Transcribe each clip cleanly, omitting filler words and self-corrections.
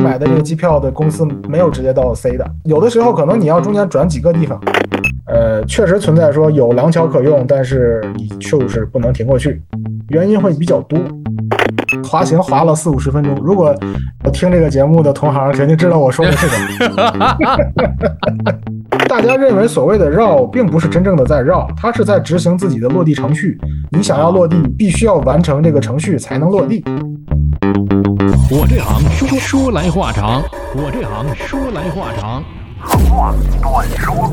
买的这个机票的公司没有直接到 C 的，有的时候可能你要中间转几个地方，确实存在说有廊桥可用，但是你就是不能停过去，原因会比较多。滑行滑了40-50分钟，如果听这个节目的同行肯定知道我说的是什么。大家认为所谓的绕并不是真正的在绕，它是在执行自己的落地程序，你想要落地必须要完成这个程序才能落地。 我这行说来话长，我这行说来话长， 话短说。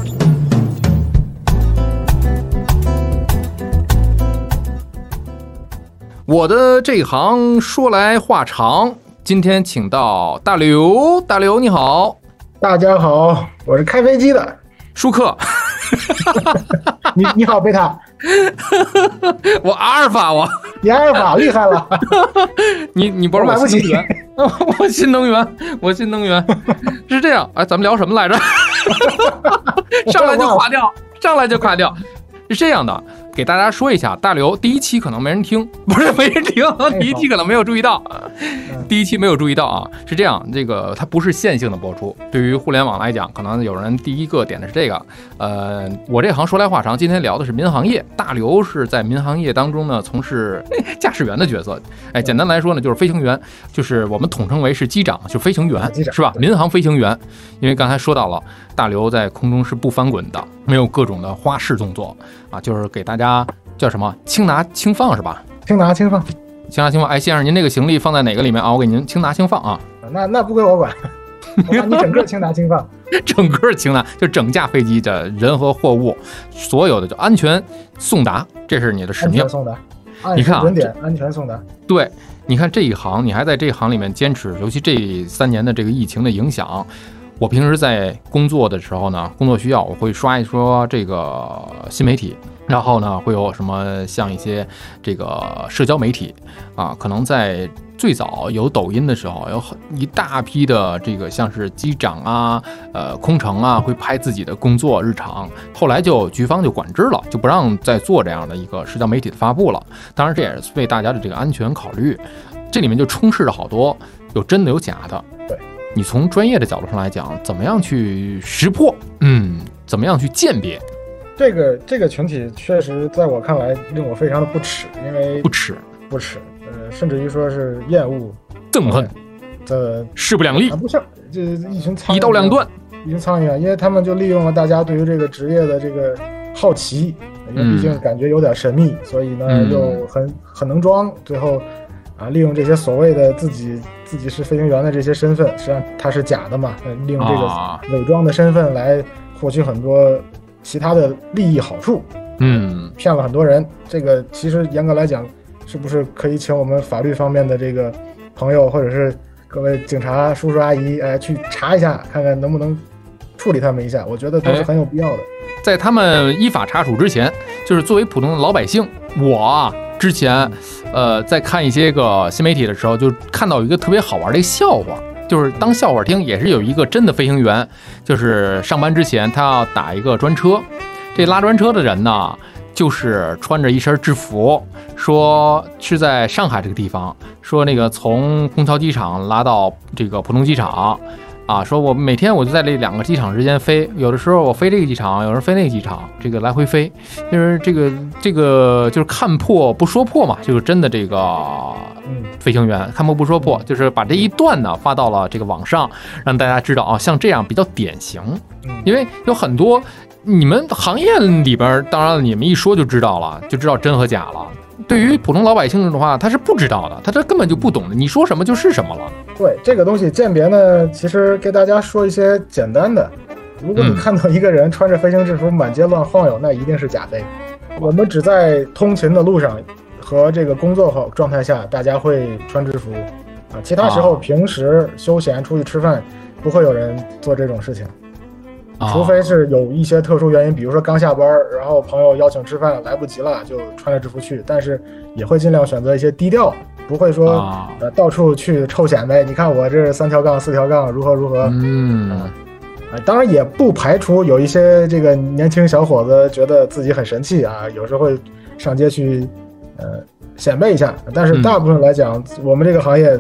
我的这行说来话长，今天请到大刘。大刘你好。 大家好，我是开飞机的舒克。 你好贝塔。 我阿尔法， 你阿尔法厉害了。 你不是我新能源。我新能源是这样。哎，咱们聊什么来着？上来就垮掉。是这样的，给大家说一下，大刘第一期可能没人听，不是没人听，第一期可能没有注意到，第一期没有注意到啊。是这样，这个它不是线性的播出，对于互联网来讲，可能有人第一个点的是这个。我这行说来话长，今天聊的是民航业，大刘是在民航业当中呢从事驾驶员的角色。哎，简单来说呢，就是飞行员，就是我们统称为是机长，就飞行员，是吧？民航飞行员，因为刚才说到了，大刘在空中是不翻滚的，没有各种的花式动作。啊，就是给大家叫什么轻拿轻放是吧？ 轻拿轻放。 哎，先生，您这个行李放在哪个里面啊？我给您轻拿轻放啊。 那不归我管，我把你整个轻拿轻放。 整个轻拿，就整架飞机的人和货物，所有的就安全送达，这是你的使命。 安全送达， 你看啊， 准点安全送达。 对，你看这一行，你还在这一行里面坚持，尤其这3年的这个疫情的影响。我平时在工作的时候呢，工作需要我会刷一刷这个新媒体，然后呢会有什么像一些这个社交媒体啊，可能在最早有抖音的时候，有一大批的这个像是机长啊、空乘啊会拍自己的工作日常，后来就局方就管制了，就不让再做这样的一个社交媒体的发布了。当然这也是为大家的这个安全考虑，这里面就充斥着好多有真的有假的。 对。 你从专业的角度上来讲，怎么样去识破？怎么样去鉴别？ 这个群体确实在我看来令我非常的不耻，因为不耻，甚至于说是厌恶、 憎恨，势不两立。 不像这一群苍蝇， 一刀两断， 一群苍蝇，因为他们就利用了大家对于这个职业的这个好奇，因为毕竟感觉有点神秘，所以呢又很能装，最后。利用这些所谓的自己是飞行员的这些身份，实际上它是假的嘛，利用这个伪装的身份来获取很多其他的利益好处，骗了很多人。这个其实严格来讲，是不是可以请我们法律方面的这个朋友，或者是各位警察叔叔阿姨，去查一下，看看能不能处理他们一下？我觉得都是很有必要的。 在他们依法查处之前，就是作为普通的老百姓，我之前在看一些个新媒体的时候，就看到一个特别好玩的一个笑话，就是当笑话听，也是有一个真的飞行员，就是上班之前他要打一个专车，这拉专车的人呢，就是穿着一身制服，说是在上海这个地方，说那个从虹桥机场拉到这个浦东机场。啊，说我每天我就在这2个机场之间飞，有的时候我飞这个机场，有人飞那个机场，这个来回飞，就是这个就是看破不说破嘛，就是真的这个飞行员看破不说破，就是把这一段呢发到了这个网上，让大家知道啊，像这样比较典型，因为有很多你们行业里边，当然了你们一说就知道了，就知道真和假了。对于普通老百姓的话，他是不知道的，他这根本就不懂的，你说什么就是什么了。 对这个东西鉴别呢，其实给大家说一些简单的。如果你看到一个人穿着飞行制服满街乱晃悠，那一定是假飞。我们只在通勤的路上和这个工作状态下，大家会穿制服啊，其他时候平时休闲出去吃饭，不会有人做这种事情。除非是有一些特殊原因，比如说刚下班，然后朋友邀请吃饭来不及了，就穿着制服去，但是也会尽量选择一些低调，不会说到处去臭显摆。你看我这3条杠4条杠如何如何。当然也不排除有一些这个年轻小伙子觉得自己很神气啊，有时候会上街去显摆一下。但是大部分来讲，我们这个行业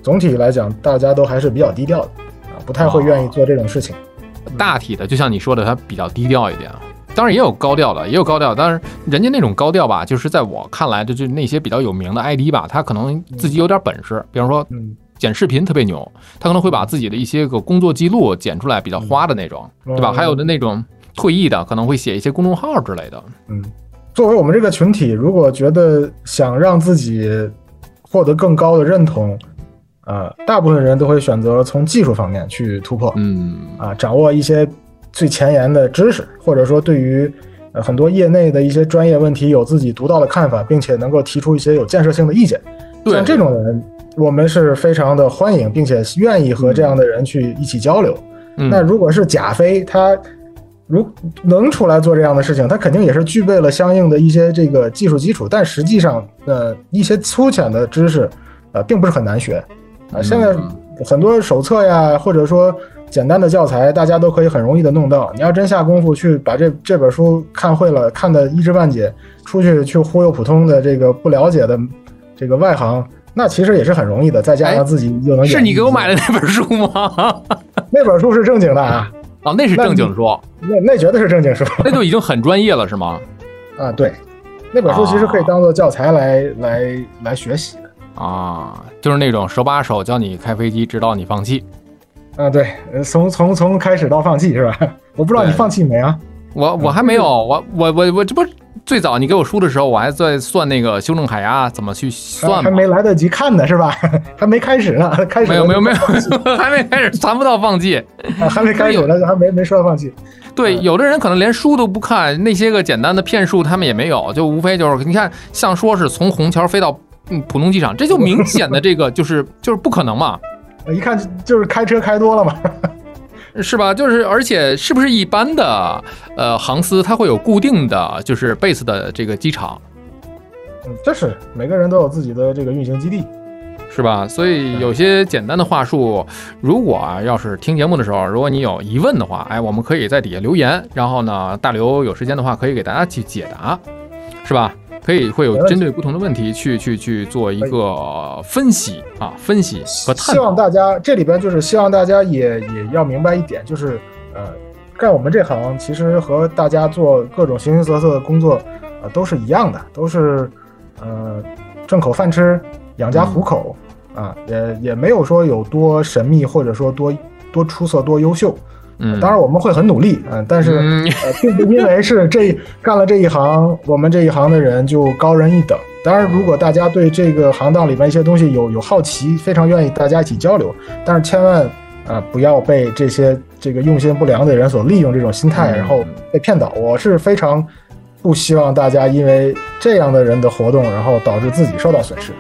总体来讲，大家都还是比较低调的啊，不太会愿意做这种事情。 大体的，就像你说的，它比较低调一点啊。当然也有高调的，也有高调，但是人家那种高调吧，就是在我看来，就是那些比较有名的 ID 吧，他可能自己有点本事，比方说剪视频特别牛，他可能会把自己的一些个工作记录剪出来，比较花的那种，对吧？还有的那种退役的，可能会写一些公众号之类的。 作为我们这个群体，如果觉得想让自己获得更高的认同，大部分人都会选择从技术方面去突破，掌握一些最前沿的知识，或者说对于很多业内的一些专业问题有自己独到的看法，并且能够提出一些有建设性的意见。像这种人，我们是非常的欢迎，并且愿意和这样的人去一起交流。那如果是假飞，他如能出来做这样的事情，他肯定也是具备了相应的一些这个技术基础，但实际上一些粗浅的知识并不是很难学现在很多手册呀，或者说简单的教材，大家都可以很容易的弄到。你要真下功夫去把这本书看会了，看得一知半解，出去忽悠普通的这个不了解的这个外行，那其实也是很容易的。再加上自己又能是你给我买的那本书吗？ 那本书是正经的啊。 那是正经书， 那绝对是正经书， 那就已经很专业了，是吗？ 对，那本书其实可以当做教材来学习的就是那种手把手教你开飞机，直到你放弃。 对，从开始到放弃是吧？我不知道你放弃没啊？ 我还没有，我这不最早你给我书的时候，我还在算那个修正海牙怎么去算， 还没来得及看呢是吧？还没开始呢，开始没有，还没开始，谈不到放弃， 还没开始呢，就还没说到放弃。 对，有的人可能连书都不看，那些个简单的骗术他们也没有，就无非就是你看，像说是从虹桥飞到浦东机场，这就明显的这个就是不可能嘛。 一看就是开车开多了嘛， 是吧？就是而且是不是一般的航司它会有固定的就是 base 的这个机场？ 这是每个人都有自己的这个运行基地， 是吧？所以有些简单的话术，如果要是听节目的时候，如果你有疑问的话，我们可以在底下留言，然后呢，大刘有时间的话可以给大家去解答，是吧？会有针对不同的问题去做一个分析和探讨。 希望大家这里边就是希望大家也要明白一点，就是干我们这行其实和大家做各种形形色色的工作都是一样的，都是挣口饭吃，养家糊口也没有说有多神秘，或者说多出色多优秀。当然我们会很努力但是并不因为是干了这一行，我们这一行的人就高人一等。当然如果大家对这个行当里面一些东西有好奇，非常愿意大家一起交流，但是千万不要被这个用心不良的人所利用这种心态，然后被骗倒。我是非常不希望大家因为这样的人的活动，然后导致自己受到损失。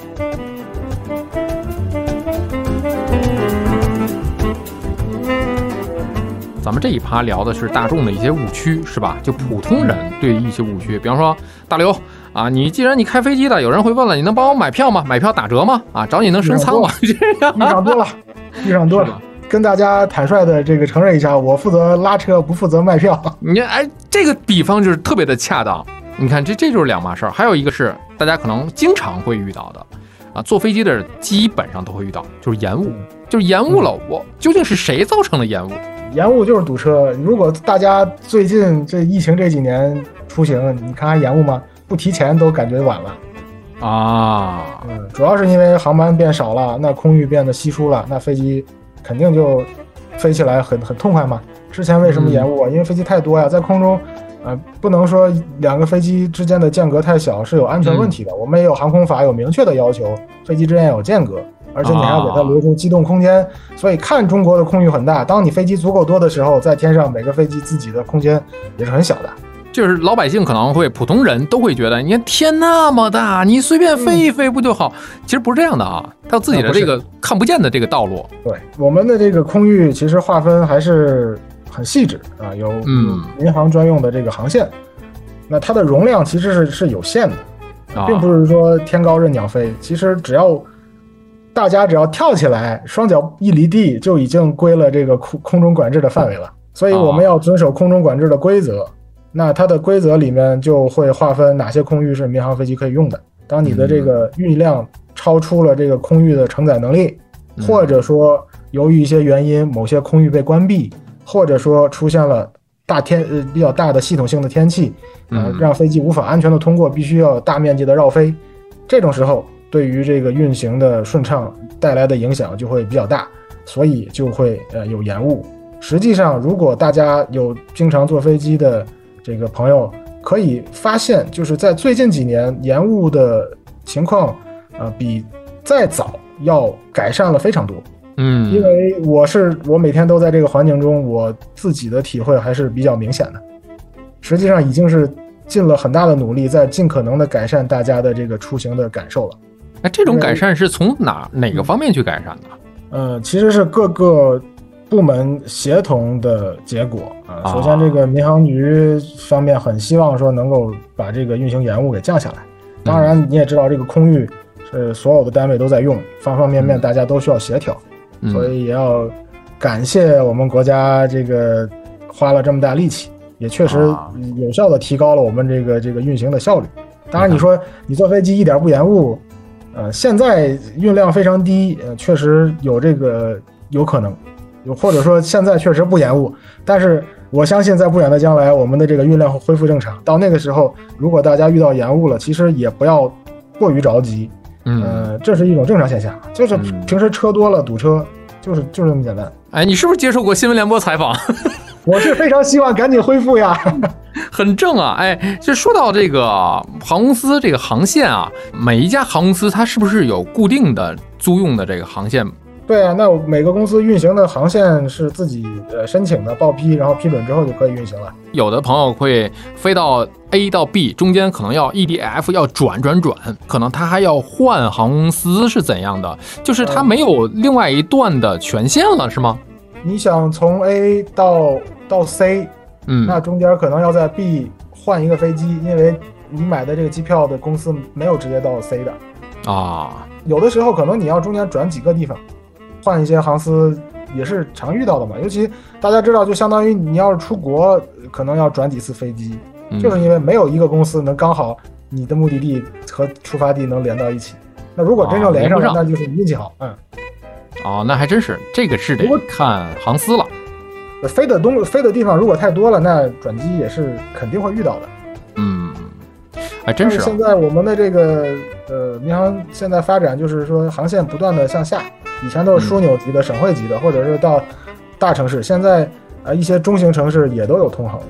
咱们这一趴聊的是大众的一些误区，是吧？就普通人对一些误区，比方说大刘你既然你开飞机的，有人会问了，你能帮我买票吗？买票打折吗？找你能升舱吗？ 遇上多了，跟大家坦率的这个承认一下，我负责拉车，不负责卖票。 你这个比方就是特别的恰当。你看这就是两码事儿。还有一个是大家可能经常会遇到的坐飞机的人基本上都会遇到，就是延误，就是延误了。我究竟是谁造成的延误？ 延误就是堵车。如果大家最近这疫情这几年出行，你看还延误吗？不提前都感觉晚了主要是因为航班变少了，那空域变得稀疏了，那飞机肯定就飞起来很痛快嘛。之前为什么延误因为飞机太多呀，在空中不能说两个飞机之间的间隔太小是有安全问题的。我们也有航空法有明确的要求，飞机之间有间隔，而且你还要给它留出机动空间。所以看中国的空域很大，当你飞机足够多的时候，在天上每个飞机自己的空间也是很小的。 就是老百姓可能会，普通人都会觉得，你看天那么大，你随便飞一飞不就好？其实不是这样的它有自己的这个看不见的这个道路。 对，我们的这个空域其实划分还是很细致有民航专用的这个航线，那它的容量其实是有限的，并不是说天高任鸟飞。其实大家只要跳起来，双脚一离地，就已经归了这个空中管制的范围了。所以我们要遵守空中管制的规则。那它的规则里面就会划分哪些空域是民航飞机可以用的。当你的这个运量超出了这个空域的承载能力，或者说由于一些原因，某些空域被关闭，或者说出现了比较大的系统性的天气，让飞机无法安全的通过，必须要大面积的绕飞。这种时候，对于这个运行的顺畅带来的影响就会比较大，所以就会有延误。实际上，如果大家有经常坐飞机的这个朋友，可以发现，就是在最近几年延误的情况，比再早要改善了非常多。因为我每天都在这个环境中，我自己的体会还是比较明显的。实际上已经是尽了很大的努力，在尽可能的改善大家的这个出行的感受了。 那这种改善是从哪个方面去改善的？ 其实是各个部门协同的结果啊。首先，这个民航局方面很希望说能够把这个运行延误给降下来。当然，你也知道这个空域是所有的单位都在用，方方面面大家都需要协调。所以也要感谢我们国家这个花了这么大力气，也确实有效的提高了我们这个运行的效率。当然你说你坐飞机一点不延误，现在运量非常低，确实有可能，或者说现在确实不延误，但是我相信在不远的将来，我们的这个运量会恢复正常。到那个时候，如果大家遇到延误了，其实也不要过于着急。这是一种正常现象，就是平时车多了堵车，就是这么简单。 哎，你是不是接受过新闻联播采访？ 我是非常希望赶紧恢复呀。 很正啊。哎，就说到这个航空公司这个航线啊，每一家航空公司它是不是有固定的租用的这个航线？ 对啊，那每个公司运行的航线是自己申请的报批，然后批准之后就可以运行了。 有的朋友会飞到 A 到 B， 中间可能要 EDF 要转，可能他还要换航空公司是怎样的？就是他没有另外一段的权限了，是吗？ 你想从 A 到 C， 那中间可能要在 B 换一个飞机，因为你买的这个机票的公司没有直接到 C 的啊。 有的时候可能你要中间转几个地方。换一些航司也是常遇到的嘛，尤其大家知道，就相当于你要是出国，可能要转几次飞机，就是因为没有一个公司能刚好你的目的地和出发地能连到一起。那如果真正连上了，那就是运气好。 那还真是，这个是得看航司了。 飞的地方如果太多了，那转机也是肯定会遇到的。 还真是。 现在我们的这个民航现在发展就是说航线不断的向下。以前都是枢纽级的、省会级的，或者是到大城市，现在一些中型城市也都有通航。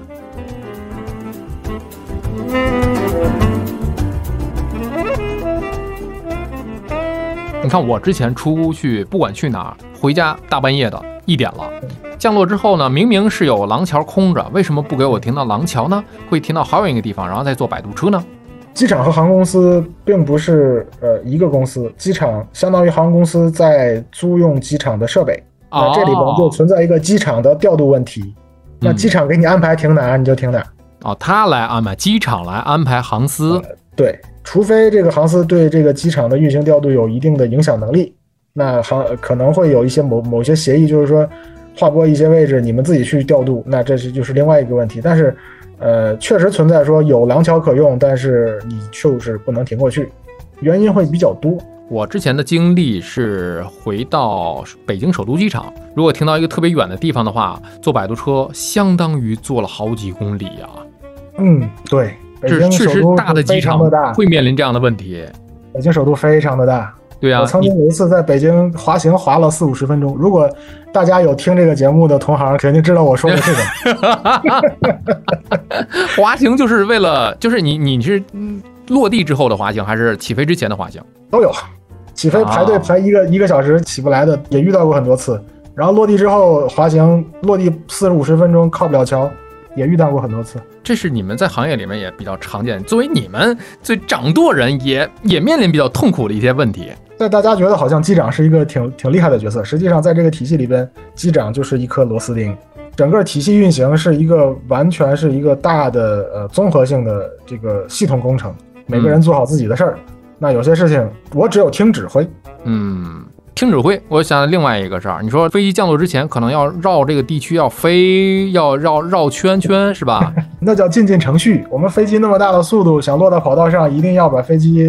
你看我之前出去不管去哪儿，回家大半夜的1点了，降落之后呢，明明是有廊桥空着，为什么不给我停到廊桥呢？会停到还有一个地方，然后再坐摆渡车呢？ 机场和航空公司并不是一个公司，机场相当于航空公司在租用机场的设备，那这里边就存在一个机场的调度问题。那机场给你安排停哪你就停哪。 他来安排，机场来安排航司。 对，除非这个航司对这个机场的运行调度有一定的影响能力，那可能会有一些某些协议，就是说划拨一些位置你们自己去调度，那这就是另外一个问题。但是确实存在说有廊桥可用，但是你就是不能停过去，原因会比较多。 我之前的经历是回到北京首都机场，如果停到一个特别远的地方的话，坐摆渡车相当于坐了好几公里啊。 对， 这确实大的机场会面临这样的问题。 北京首都非常的大。 对啊， 我曾经有一次在北京滑行，滑了40-50分钟。如果大家有听这个节目的同行，肯定知道我说的是什么。 滑行就是为了，就是你是落地之后的滑行，还是起飞之前的滑行？ 都有。起飞排队排一个小时起不来的也遇到过很多次，然后落地之后滑行，落地40-50分钟靠不了桥，也遇到过很多次。 这是你们在行业里面也比较常见，作为你们最掌舵人也面临比较痛苦的一些问题。 但大家觉得好像机长是一个挺厉害的角色，实际上在这个体系里边，机长就是一颗螺丝钉。整个体系运行是完全是一个大的综合性的这个系统工程，每个人做好自己的事儿。那有些事情我只有听指挥。 听指挥，我想另外一个事儿，你说飞机降落之前可能要绕这个地区要飞，要绕圈是吧？ 那叫进程序。我们飞机那么大的速度，想落到跑道上，一定要把飞机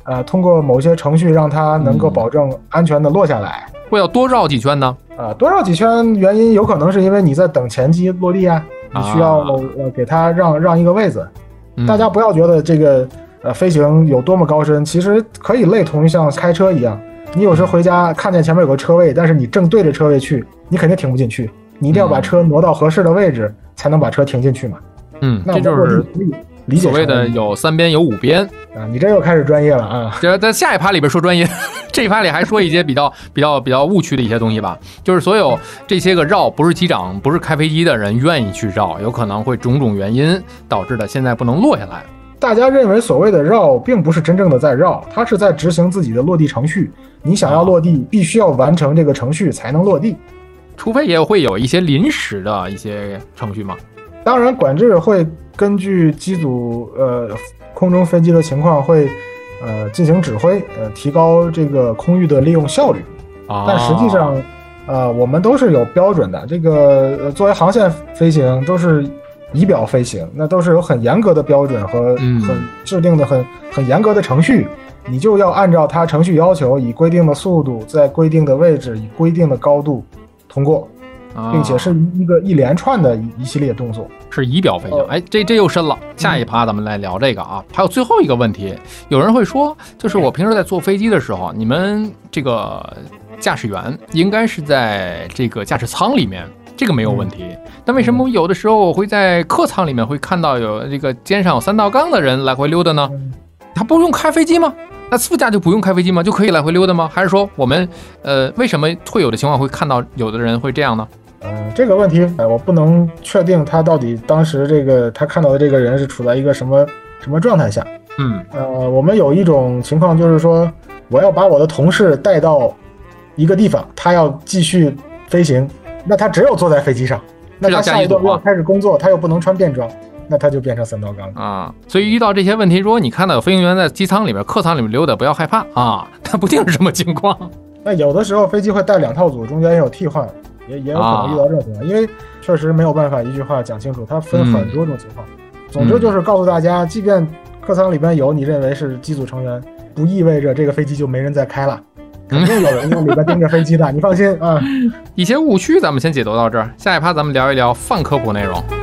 通过某些程序让它能够保证安全的落下来。 会要多绕几圈呢？ 多绕几圈，原因有可能是因为你在等前机落地啊，你需要给它让一个位子。大家不要觉得这个飞行有多么高深，其实可以类同于像开车一样，你有时回家看见前面有个车位，但是你正对着车位去，你肯定停不进去，你一定要把车挪到合适的位置，才能把车停进去嘛。 这就是所谓的有3边有5边啊！你这又开始专业了啊！ 这在下一趴里边说专业，这一趴里还说一些比较误区的一些东西吧。就是所有这些个绕不是机长不是开飞机的人愿意去绕，有可能会种种原因导致的现在不能落下来。 大家认为所谓的绕并不是真正的在绕，它是在执行自己的落地程序。你想要落地，必须要完成这个程序才能落地， 除非也会有一些临时的一些程序吗？ 当然，管制会根据机组空中飞机的情况会进行指挥，提高这个空域的利用效率。但实际上，我们都是有标准的。这个作为航线飞行都是仪表飞行，那都是有很严格的标准和很制定的很严格的程序。你就要按照它程序要求，以规定的速度，在规定的位置，以规定的高度通过。并且是一连串的一系列动作， 是仪表飞行。这又深了。下一趴咱们来聊这个啊。还有最后一个问题，有人会说，就是我平时在坐飞机的时候，你们这个驾驶员应该是在这个驾驶舱里面，这个没有问题。但为什么有的时候我会在客舱里面会看到有这个肩上有3道杠的人来回溜达呢？他不用开飞机吗？那副驾就不用开飞机吗？就可以来回溜达吗？还是说我们为什么会有的情况会看到有的人会这样呢？ 这个问题我不能确定他到底当时这个他看到的这个人是处在一个什么状态下。我们有一种情况就是说，我要把我的同事带到一个地方，他要继续飞行，那他只有坐在飞机上，那他下一段要开始工作，他又不能穿便装，那他就变成3道杠啊。所以遇到这些问题，如果你看到有飞行员在机舱里面、客舱里面溜达，不要害怕啊，他不定是什么情况。 那有的时候飞机会带2套组，中间也有替换。也有可能遇到这种情况，因为确实没有办法一句话讲清楚，它分很多种情况。总之就是告诉大家，即便客舱里边有你认为是机组成员，不意味着这个飞机就没人再开了，肯定有人在里边盯着飞机的，你放心啊。 一些误区咱们先解读到这儿，下一趴咱们聊一聊泛科普内容。